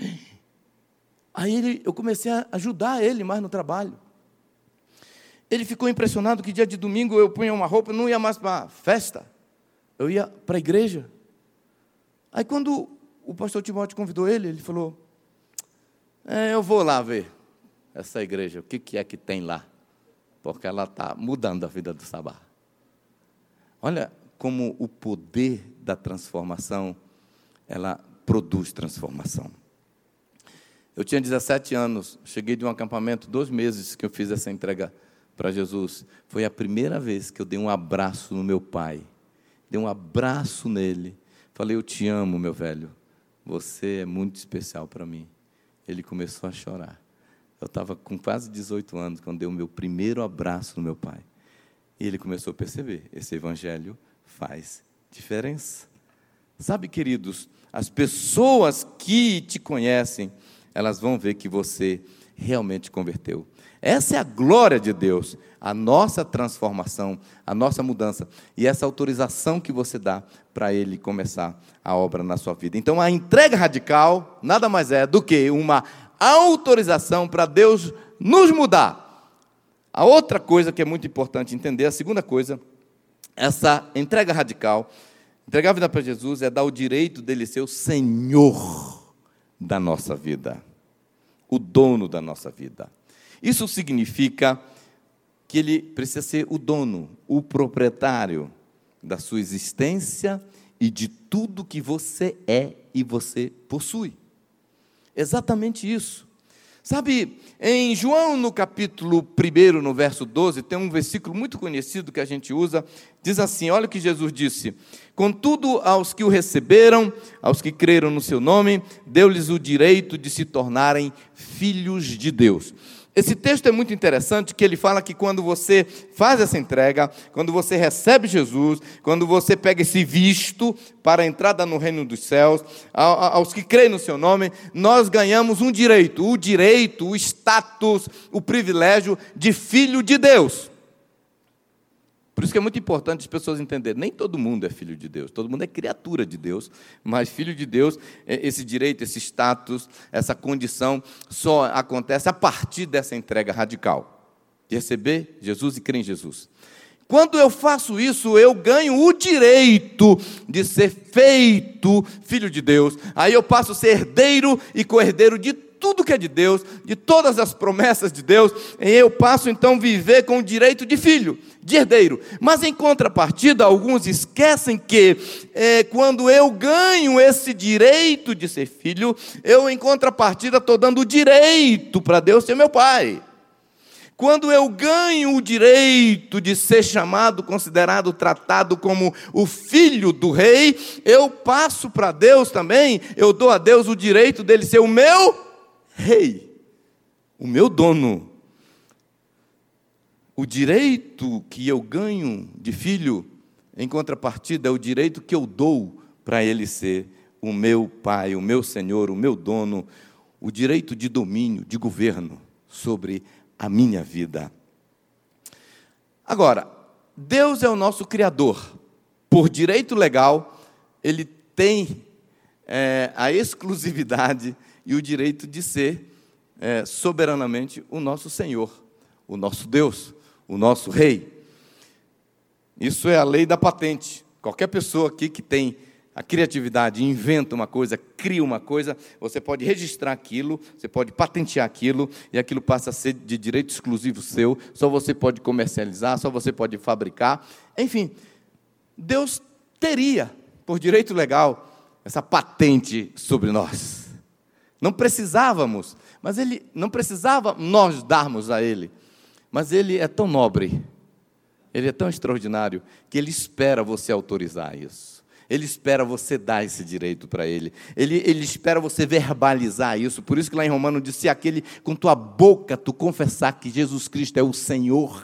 Aí eu comecei a ajudar ele mais no trabalho. Ele ficou impressionado que dia de domingo eu punha uma roupa, não ia mais para a festa, eu ia para a igreja. Aí, quando o pastor Timóteo convidou ele, ele falou, eu vou lá ver essa igreja, o que é que tem lá, porque ela está mudando a vida do Sabá. Olha como o poder da transformação, ela produz transformação. Eu tinha 17 anos, cheguei de um acampamento, 2 meses que eu fiz essa entrega para Jesus. Foi a primeira vez que eu dei um abraço no meu pai. Dei um abraço nele. Falei, eu te amo, meu velho. Você é muito especial para mim. Ele começou a chorar. Eu estava com quase 18 anos, quando dei o meu primeiro abraço no meu pai. E ele começou a perceber, esse evangelho faz diferença. Sabe, queridos, as pessoas que te conhecem, elas vão ver que você realmente converteu. Essa é a glória de Deus, a nossa transformação, a nossa mudança, e essa autorização que você dá para Ele começar a obra na sua vida. Então, a entrega radical nada mais é do que uma autorização para Deus nos mudar. A outra coisa que é muito importante entender, a segunda coisa, essa entrega radical, entregar a vida para Jesus é dar o direito dele ser o Senhor da nossa vida. o dono da nossa vida. Isso significa que Ele precisa ser o dono, o proprietário da sua existência e de tudo que você é e você possui. Exatamente isso. Sabe, em João, no capítulo 1, no verso 12, tem um versículo muito conhecido que a gente usa, diz assim, olha o que Jesus disse: contudo, aos que o receberam, aos que creram no seu nome, deu-lhes o direito de se tornarem filhos de Deus. Esse texto é muito interessante, que ele fala que quando você faz essa entrega, quando você recebe Jesus, quando você pega esse visto para a entrada no reino dos céus, aos que creem no seu nome, nós ganhamos um direito, o status, o privilégio de filho de Deus. Por isso que é muito importante as pessoas entenderem, nem todo mundo é filho de Deus, todo mundo é criatura de Deus, mas filho de Deus, esse direito, esse status, essa condição, só acontece a partir dessa entrega radical, de receber Jesus e crer em Jesus. Quando eu faço isso, eu ganho o direito de ser feito filho de Deus, aí eu passo a ser herdeiro e co-herdeiro de tudo que é de Deus, de todas as promessas de Deus, e eu passo então a viver com o direito de filho, de herdeiro. Mas em contrapartida, alguns esquecem que quando eu ganho esse direito de ser filho, eu em contrapartida estou dando o direito para Deus ser meu pai. Quando eu ganho o direito de ser chamado, considerado, tratado como o filho do rei, eu passo para Deus também, eu dou a Deus o direito dele ser o meu rei, o meu dono. O direito que eu ganho de filho, em contrapartida, é o direito que eu dou para ele ser o meu pai, o meu senhor, o meu dono, o direito de domínio, de governo sobre a minha vida. Agora, Deus é o nosso Criador. Por direito legal, Ele tem a exclusividade e o direito de ser soberanamente o nosso Senhor, o nosso Deus, o nosso Rei. Isso é a lei da patente. Qualquer pessoa aqui que tem a criatividade, inventa uma coisa, cria uma coisa, você pode registrar aquilo, você pode patentear aquilo, e aquilo passa a ser de direito exclusivo seu, só você pode comercializar, só você pode fabricar. Enfim, Deus teria, por direito legal, essa patente sobre nós. Não precisávamos, mas Ele não precisava nós darmos a Ele, mas Ele é tão nobre, Ele é tão extraordinário, que Ele espera você autorizar isso. Ele espera você dar esse direito para Ele. Ele espera você verbalizar isso. Por isso que lá em Romanos diz, se aquele com tua boca tu confessar que Jesus Cristo é o Senhor.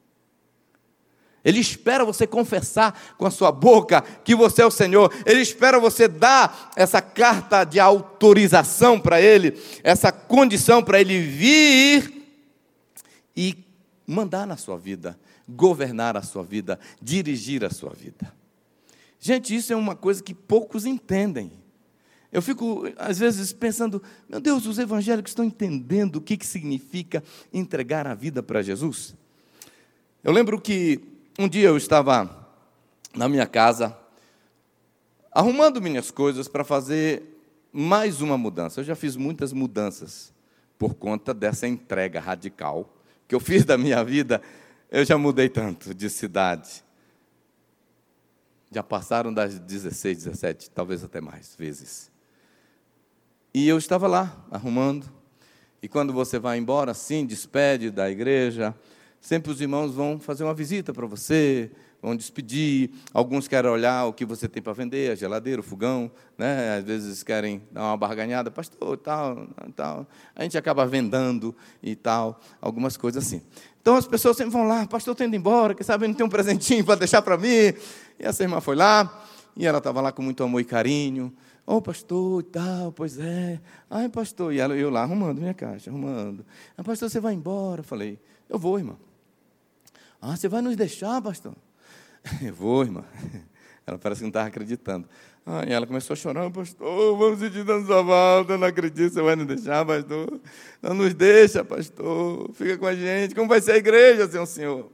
Ele espera você confessar com a sua boca que você é o Senhor. Ele espera você dar essa carta de autorização para Ele, essa condição para Ele vir e mandar na sua vida, governar a sua vida, dirigir a sua vida. Gente, isso é uma coisa que poucos entendem. Eu fico, às vezes, pensando, meu Deus, os evangélicos estão entendendo o que significa entregar a vida para Jesus? Eu lembro que um dia eu estava na minha casa, arrumando minhas coisas para fazer mais uma mudança. Eu já fiz muitas mudanças por conta dessa entrega radical que eu fiz da minha vida. Eu já mudei tanto de cidade. Já passaram das 16, 17, talvez até mais vezes. E eu estava lá, arrumando. E quando você vai embora, assim, despede da igreja, sempre os irmãos vão fazer uma visita para você, vão despedir. Alguns querem olhar o que você tem para vender, a geladeira, o fogão, né? Às vezes querem dar uma barganhada, pastor, tal, tal. A gente acaba vendando e tal, algumas coisas assim. Então as pessoas sempre vão lá, pastor, estou indo embora, quem sabe não tem um presentinho para deixar para mim. E essa irmã foi lá, e ela estava lá com muito amor e carinho. Ô, pastor, e tal, pois é. Ai, pastor, e eu lá arrumando minha caixa, arrumando. Ah, pastor, você vai embora? Eu falei, eu vou, irmã. Ah, você vai nos deixar, pastor? Eu vou, irmã. Ela parece que não estava acreditando. Ah, e ela começou a chorar, pastor, vamos sentir dando sua volta, eu não acredito, você vai nos deixar, pastor? Não nos deixa, pastor, fica com a gente, como vai ser a igreja, senhor?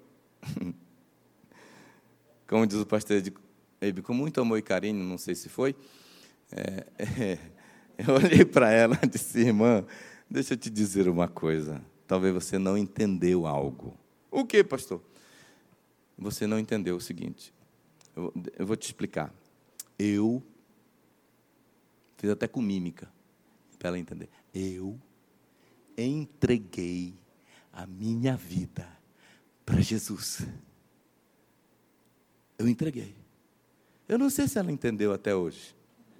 Como diz o pastor Eibe, com muito amor e carinho, não sei se foi, eu olhei para ela e disse, irmã, Deixa eu te dizer uma coisa. Talvez você não entendeu algo. O que, pastor? Você não entendeu o seguinte. Eu vou te explicar. Eu fiz até com mímica, para ela entender. Eu entreguei a minha vida para Jesus. Eu entreguei. Eu não sei se ela entendeu até hoje.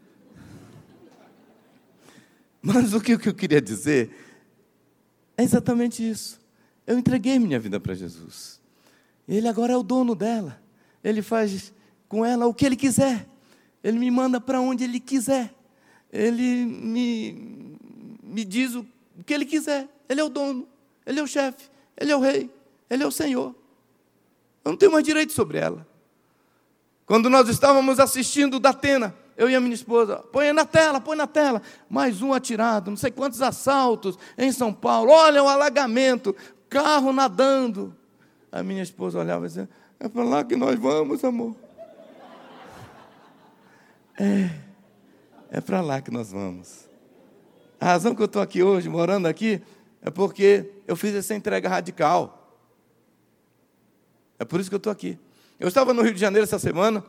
Mas o que eu queria dizer é exatamente isso. Eu entreguei minha vida para Jesus. Ele agora é o dono dela. Ele faz com ela o que Ele quiser. Ele me manda para onde Ele quiser. Ele me diz o que Ele quiser. Ele é o dono. Ele é o chefe. Ele é o rei. Ele é o Senhor. Eu não tenho mais direito sobre ela. Quando nós estávamos assistindo da Atena, eu e a minha esposa, põe na tela. Mais um atirado, não sei quantos assaltos em São Paulo. Olha o alagamento, carro nadando. A minha esposa olhava e dizia, é para lá que nós vamos, amor. É para lá que nós vamos. A razão que eu estou aqui hoje, morando aqui, é porque eu fiz essa entrega radical. É por isso que eu estou aqui. Eu estava no Rio de Janeiro essa semana,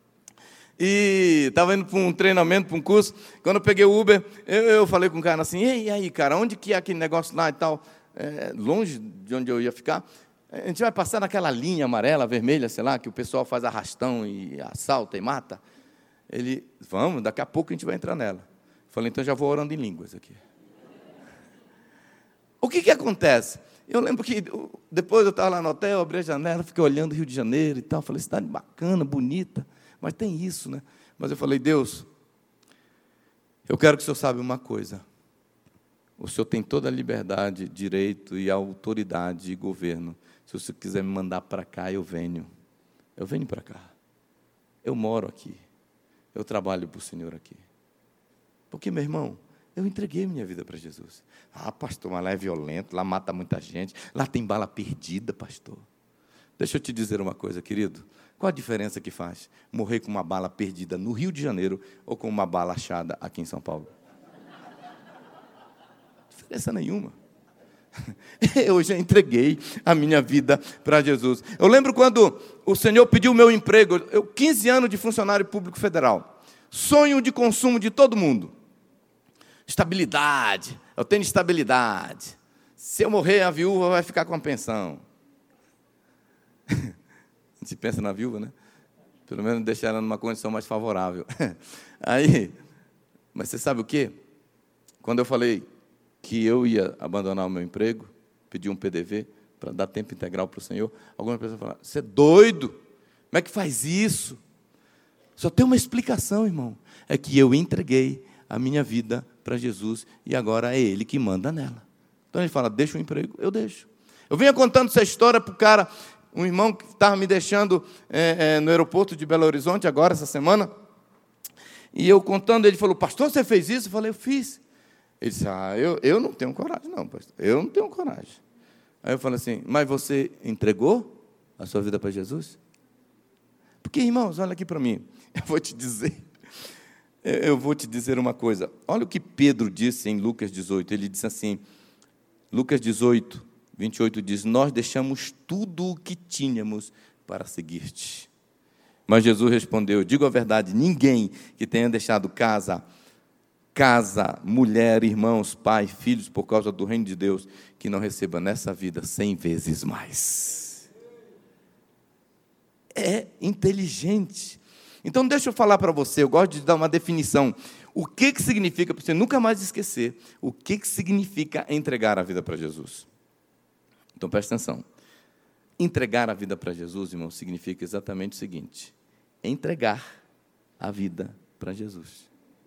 e estava indo para um treinamento, para um curso. Quando eu peguei o Uber, eu falei com o cara assim, e aí, cara, onde que é aquele negócio lá e tal? Longe de onde eu ia ficar. A gente vai passar naquela linha amarela, vermelha, sei lá, que o pessoal faz arrastão e assalta e mata. Ele, vamos, daqui a pouco a gente vai entrar nela. Eu falei, então já vou orando em línguas aqui. O que acontece? Eu lembro que depois eu estava lá no hotel, abri a janela, fiquei olhando o Rio de Janeiro e tal. Falei, cidade bacana, bonita, mas tem isso, né? Mas eu falei, Deus, eu quero que o Senhor saiba uma coisa. O Senhor tem toda a liberdade, direito e autoridade e governo. Se o Senhor quiser me mandar para cá, eu venho. Eu venho para cá. Eu moro aqui. Eu trabalho para o Senhor aqui. Porque, meu irmão, eu entreguei minha vida para Jesus. Ah, pastor, mas lá é violento, lá mata muita gente, lá tem bala perdida, pastor. Deixa eu te dizer uma coisa, querido. Qual a diferença que faz morrer com uma bala perdida no Rio de Janeiro ou com uma bala achada aqui em São Paulo? Diferença nenhuma. Eu já entreguei a minha vida para Jesus. Eu lembro quando o Senhor pediu o meu emprego, 15 anos de funcionário público federal. Sonho de consumo de todo mundo. Estabilidade, eu tenho estabilidade. Se eu morrer, a viúva vai ficar com a pensão. A gente pensa na viúva, né? Pelo menos deixar ela numa condição mais favorável. Aí, mas você sabe o quê? Quando eu falei que eu ia abandonar o meu emprego, pedir um PDV para dar tempo integral para o Senhor, algumas pessoas falaram, você é doido? Como é que faz isso? Só tem uma explicação, irmão. É que eu entreguei a minha vida para Jesus e agora é Ele que manda nela. Então ele fala, deixa o emprego, eu deixo. Eu vinha contando essa história para o cara, um irmão que estava me deixando no aeroporto de Belo Horizonte agora, essa semana, e eu contando, ele falou, pastor, você fez isso? Eu falei, eu fiz. Ele disse, eu não tenho coragem não, pastor, eu não tenho coragem. Aí eu falei assim, mas você entregou a sua vida para Jesus? Porque, irmãos, olha aqui para mim, eu vou te dizer uma coisa. Olha o que Pedro disse em Lucas 18. Ele disse assim, Lucas 18, 28 diz, nós deixamos tudo o que tínhamos para seguir-te. Mas Jesus respondeu, digo a verdade, ninguém que tenha deixado casa, mulher, irmãos, pai, filhos, por causa do reino de Deus, que não receba nessa vida 100 vezes mais. É inteligente. Então, deixa eu falar para você, eu gosto de dar uma definição. O que significa, para você nunca mais esquecer, o que significa entregar a vida para Jesus? Então, presta atenção. Entregar a vida para Jesus, irmão, significa exatamente o seguinte, entregar a vida para Jesus.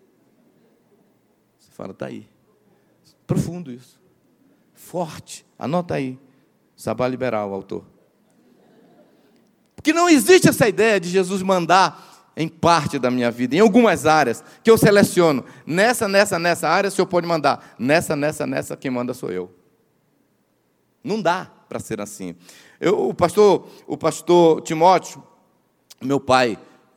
Você fala, está aí. Profundo isso. Forte. Anota aí. Sabá Liberal, o autor. Porque não existe essa ideia de Jesus mandar em parte da minha vida, em algumas áreas, que eu seleciono. Nessa área, o Senhor pode mandar. Nessa, quem manda sou eu. Não dá para ser assim. O pastor Timóteo, meu pai,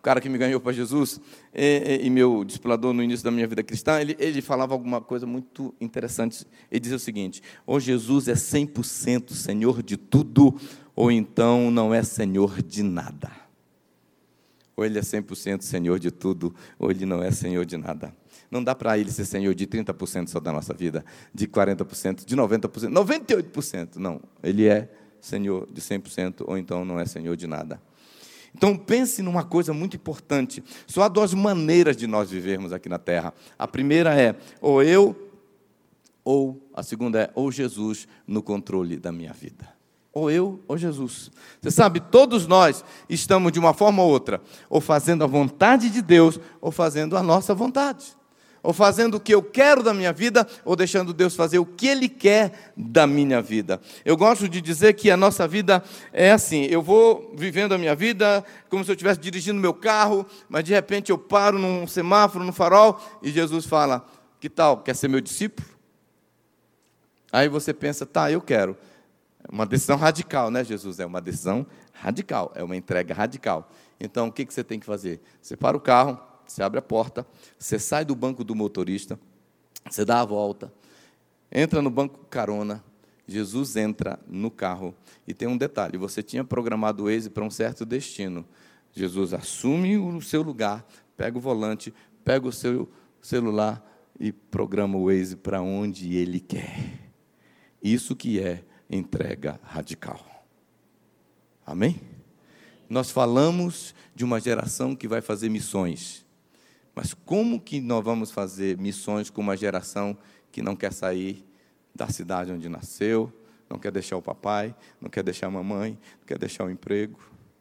cara que me ganhou para Jesus, e meu discipulador no início da minha vida cristã, ele falava alguma coisa muito interessante. Ele dizia o seguinte: ou Jesus é 100% Senhor de tudo, ou então não é Senhor de nada. Ou ele é 100% Senhor de tudo, ou ele não é Senhor de nada. Não dá para ele ser Senhor de 30% só da nossa vida, de 40%, de 90%, 98%. Não, ele é Senhor de 100%, ou então não é Senhor de nada. Então, pense numa coisa muito importante. Só há duas maneiras de nós vivermos aqui na Terra. A primeira é, ou eu, ou a segunda é, ou Jesus no controle da minha vida. Ou eu, ou Jesus. Você sabe, todos nós estamos, de uma forma ou outra, ou fazendo a vontade de Deus, ou fazendo a nossa vontade. Ou fazendo o que eu quero da minha vida, ou deixando Deus fazer o que Ele quer da minha vida. Eu gosto de dizer que a nossa vida é assim: eu vou vivendo a minha vida como se eu estivesse dirigindo meu carro, mas de repente eu paro num semáforo, num farol, e Jesus fala: que tal, quer ser meu discípulo? Aí você pensa: tá, eu quero. É uma decisão radical, né, Jesus? É uma decisão radical, é uma entrega radical. Então, o que você tem que fazer? Você para o carro, você abre a porta, você sai do banco do motorista, você dá a volta, entra no banco carona, Jesus entra no carro. E tem um detalhe: você tinha programado o Waze para um certo destino. Jesus assume o seu lugar, pega o volante, pega o seu celular e programa o Waze para onde Ele quer. Isso que é entrega radical. Amém? Nós falamos de uma geração que vai fazer missões. Mas como que nós vamos fazer missões com uma geração que não quer sair da cidade onde nasceu, não quer deixar o papai, não quer deixar a mamãe, não quer deixar o emprego?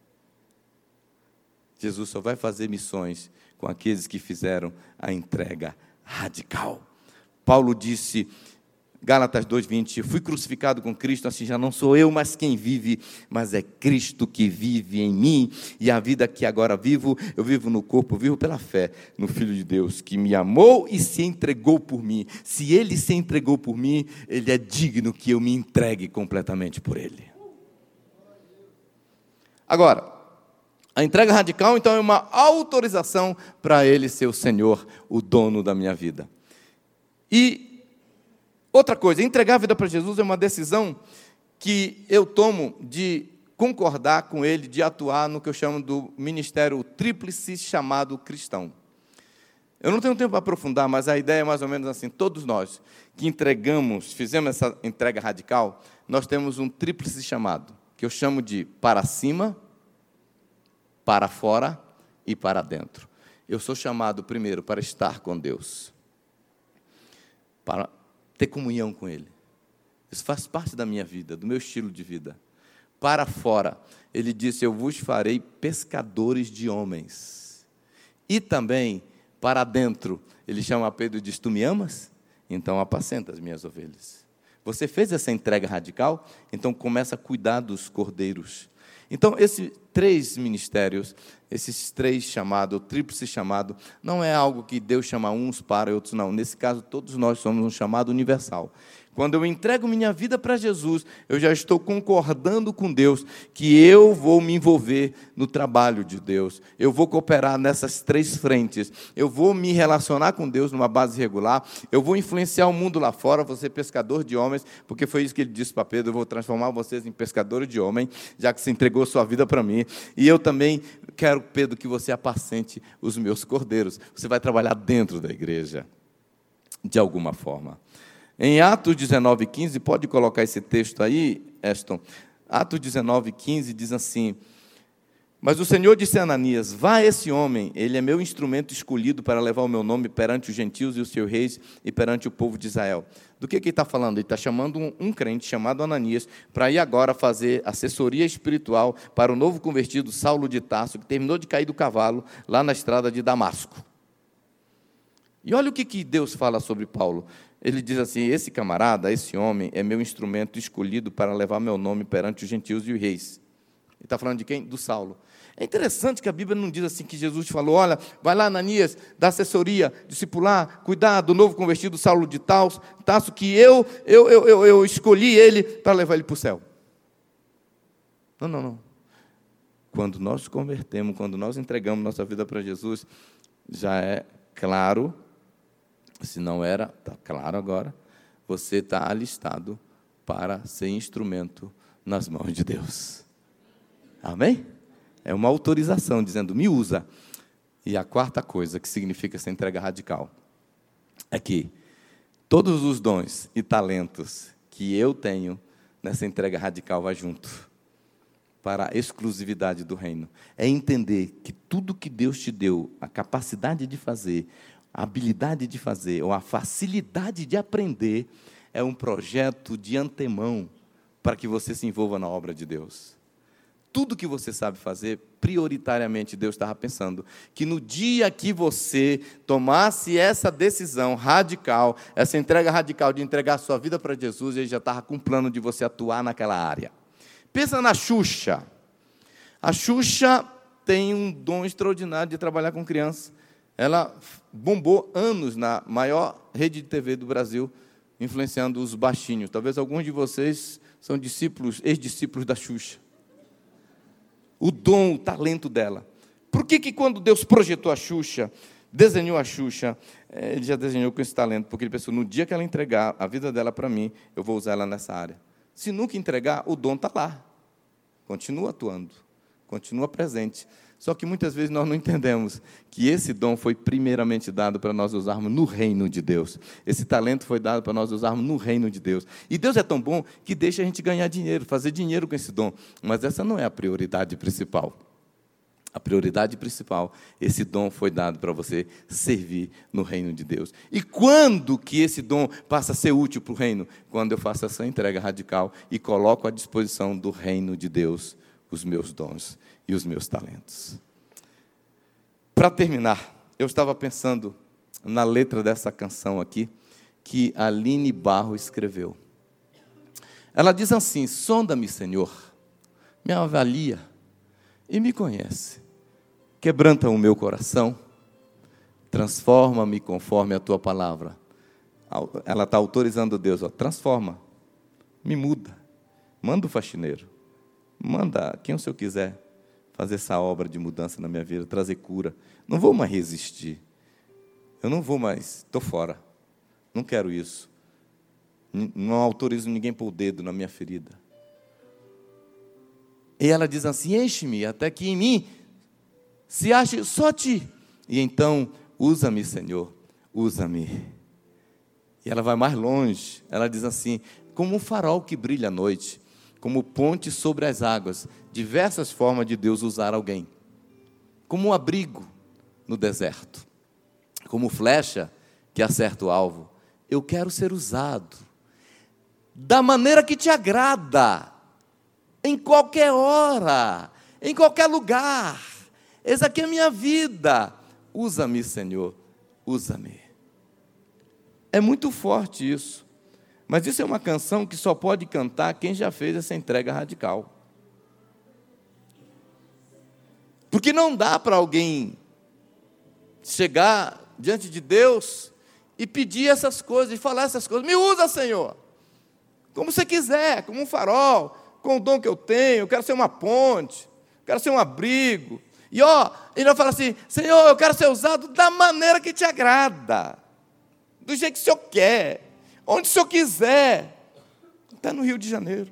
Jesus só vai fazer missões com aqueles que fizeram a entrega radical. Paulo disse, Gálatas 2:20, fui crucificado com Cristo, assim já não sou eu, mas quem vive, mas é Cristo que vive em mim, e a vida que agora vivo, eu vivo no corpo, vivo pela fé no Filho de Deus, que me amou e se entregou por mim. Se Ele se entregou por mim, Ele é digno que eu me entregue completamente por Ele. Agora, a entrega radical, então, é uma autorização para Ele ser o Senhor, o dono da minha vida. E outra coisa, entregar a vida para Jesus é uma decisão que eu tomo de concordar com Ele, de atuar no que eu chamo do ministério tríplice chamado cristão. Eu não tenho tempo para aprofundar, mas a ideia é mais ou menos assim: todos nós que fizemos essa entrega radical, nós temos um tríplice chamado, que eu chamo de para cima, para fora e para dentro. Eu sou chamado primeiro para estar com Deus, para ter comunhão com Ele. Isso faz parte da minha vida, do meu estilo de vida. Para fora, Ele disse, eu vos farei pescadores de homens. E também, para dentro, Ele chama Pedro e diz, tu me amas? Então apacenta as minhas ovelhas. Você fez essa entrega radical? Então começa a cuidar dos cordeiros. Então, esses três ministérios, esses três chamados, o tríplice chamado, não é algo que Deus chama uns para e outros não. Nesse caso, todos nós somos um chamado universal. Quando eu entrego minha vida para Jesus, eu já estou concordando com Deus que eu vou me envolver no trabalho de Deus. Eu vou cooperar nessas três frentes. Eu vou me relacionar com Deus numa base regular. Eu vou influenciar o mundo lá fora, vou ser pescador de homens, porque foi isso que ele disse para Pedro, eu vou transformar vocês em pescadores de homens, já que você entregou sua vida para mim. E eu também quero, Pedro, que você apacente os meus cordeiros. Você vai trabalhar dentro da igreja, de alguma forma. Em Atos 19:15, pode colocar esse texto aí, Aston? Atos 19:15 diz assim, mas o Senhor disse a Ananias, vá esse homem, ele é meu instrumento escolhido para levar o meu nome perante os gentios e os seus reis e perante o povo de Israel. Do que ele está falando? Ele está chamando um crente chamado Ananias para ir agora fazer assessoria espiritual para o novo convertido Saulo de Tarso, que terminou de cair do cavalo lá na estrada de Damasco. E olha o que Deus fala sobre Paulo. Ele diz assim, esse camarada, esse homem, é meu instrumento escolhido para levar meu nome perante os gentios e os reis. Ele está falando de quem? Do Saulo. É interessante que a Bíblia não diz assim que Jesus falou, olha, vai lá, Ananias, dá assessoria, discipular, cuidar do novo convertido Saulo de Tarso, que eu escolhi ele para levar ele para o céu. Não. quando nós nos convertemos, quando nós entregamos nossa vida para Jesus, já é claro, se não era, está claro agora, você está alistado para ser instrumento nas mãos de Deus. Amém? É uma autorização, dizendo, me usa. E a quarta coisa que significa essa entrega radical é que todos os dons e talentos que eu tenho nessa entrega radical vai junto, para a exclusividade do reino. É entender que tudo que Deus te deu, a capacidade de fazer, a habilidade de fazer, ou a facilidade de aprender, é um projeto de antemão para que você se envolva na obra de Deus. Tudo que você sabe fazer, prioritariamente Deus estava pensando que no dia que você tomasse essa decisão radical, essa entrega radical de entregar a sua vida para Jesus, Ele já estava com um plano de você atuar naquela área. Pensa na Xuxa. A Xuxa tem um dom extraordinário de trabalhar com crianças. Ela bombou anos na maior rede de TV do Brasil, influenciando os baixinhos. Talvez alguns de vocês são discípulos, ex-discípulos da Xuxa. O dom, o talento dela. Por que quando Deus projetou a Xuxa, desenhou a Xuxa, Ele já desenhou com esse talento? Porque Ele pensou, no dia que ela entregar a vida dela para mim, eu vou usar ela nessa área. Se nunca entregar, o dom está lá. Continua atuando, continua presente. Só que muitas vezes nós não entendemos que esse dom foi primeiramente dado para nós usarmos no reino de Deus. Esse talento foi dado para nós usarmos no reino de Deus. E Deus é tão bom que deixa a gente ganhar dinheiro, fazer dinheiro com esse dom. Mas essa não é a prioridade principal. A prioridade principal, esse dom foi dado para você servir no reino de Deus. E quando que esse dom passa a ser útil para o reino? Quando eu faço essa entrega radical e coloco à disposição do reino de Deus os meus dons e os meus talentos. Para terminar, eu estava pensando na letra dessa canção aqui, que a Aline Barro escreveu. Ela diz assim, sonda-me, Senhor, me avalia e me conhece. Quebranta o meu coração, transforma-me conforme a tua palavra. Ela está autorizando Deus, transforma, me muda, manda o faxineiro, manda quem o Senhor quiser fazer essa obra de mudança na minha vida, trazer cura. Não vou mais resistir, eu não vou mais, estou fora, não quero isso, não autorizo ninguém pôr o dedo na minha ferida. E ela diz assim, enche-me até que em mim se ache só ti. E então, usa-me, Senhor, usa-me. E ela vai mais longe. Ela diz assim, como um farol que brilha à noite, como ponte sobre as águas, diversas formas de Deus usar alguém. Como um abrigo no deserto, como flecha que acerta o alvo. Eu quero ser usado da maneira que te agrada, em qualquer hora, em qualquer lugar. Essa aqui é a minha vida. Usa-me, Senhor, usa-me. É muito forte isso. Mas isso é uma canção que só pode cantar quem já fez essa entrega radical. Porque não dá para alguém chegar diante de Deus e pedir essas coisas, e falar essas coisas. Me usa, Senhor, como você quiser, como um farol, com o dom que eu tenho, eu quero ser uma ponte, quero ser um abrigo. E ele vai falar assim, Senhor, eu quero ser usado da maneira que te agrada, do jeito que o Senhor quer, onde o Senhor quiser, até no Rio de Janeiro.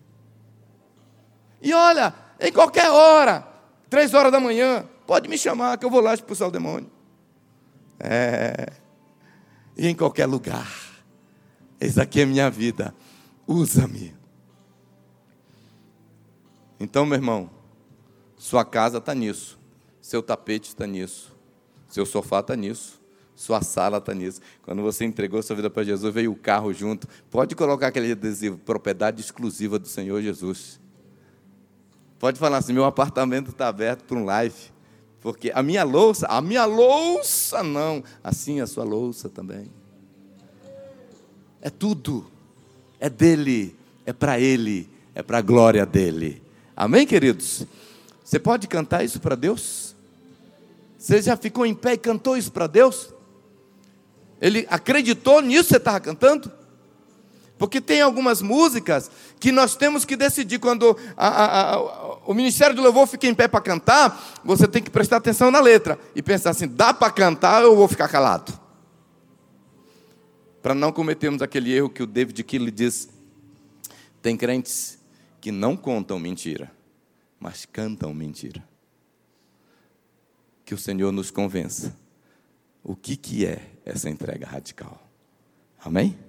E olha, em qualquer hora, 3 horas da manhã, pode me chamar que eu vou lá expulsar o demônio. E em qualquer lugar, eis aqui é minha vida, usa-me. Então, meu irmão, sua casa está nisso, seu tapete está nisso, seu sofá está nisso, sua sala está nisso. Quando você entregou sua vida para Jesus, veio o carro junto, pode colocar aquele adesivo, propriedade exclusiva do Senhor Jesus. Pode falar assim, meu apartamento está aberto para um live, porque a minha louça não, assim a sua louça também. É tudo, é dele, é para ele, é para a glória dele. Amém, queridos? Você pode cantar isso para Deus? Você já ficou em pé e cantou isso para Deus? Ele acreditou nisso que você estava cantando? Porque tem algumas músicas que nós temos que decidir quando o ministério do louvor fica em pé para cantar, você tem que prestar atenção na letra e pensar assim: dá para cantar ou eu vou ficar calado? Para não cometermos aquele erro que o David Keeler diz: tem crentes que não contam mentira, mas cantam mentira. Que o Senhor nos convença o que é essa entrega radical. Amém?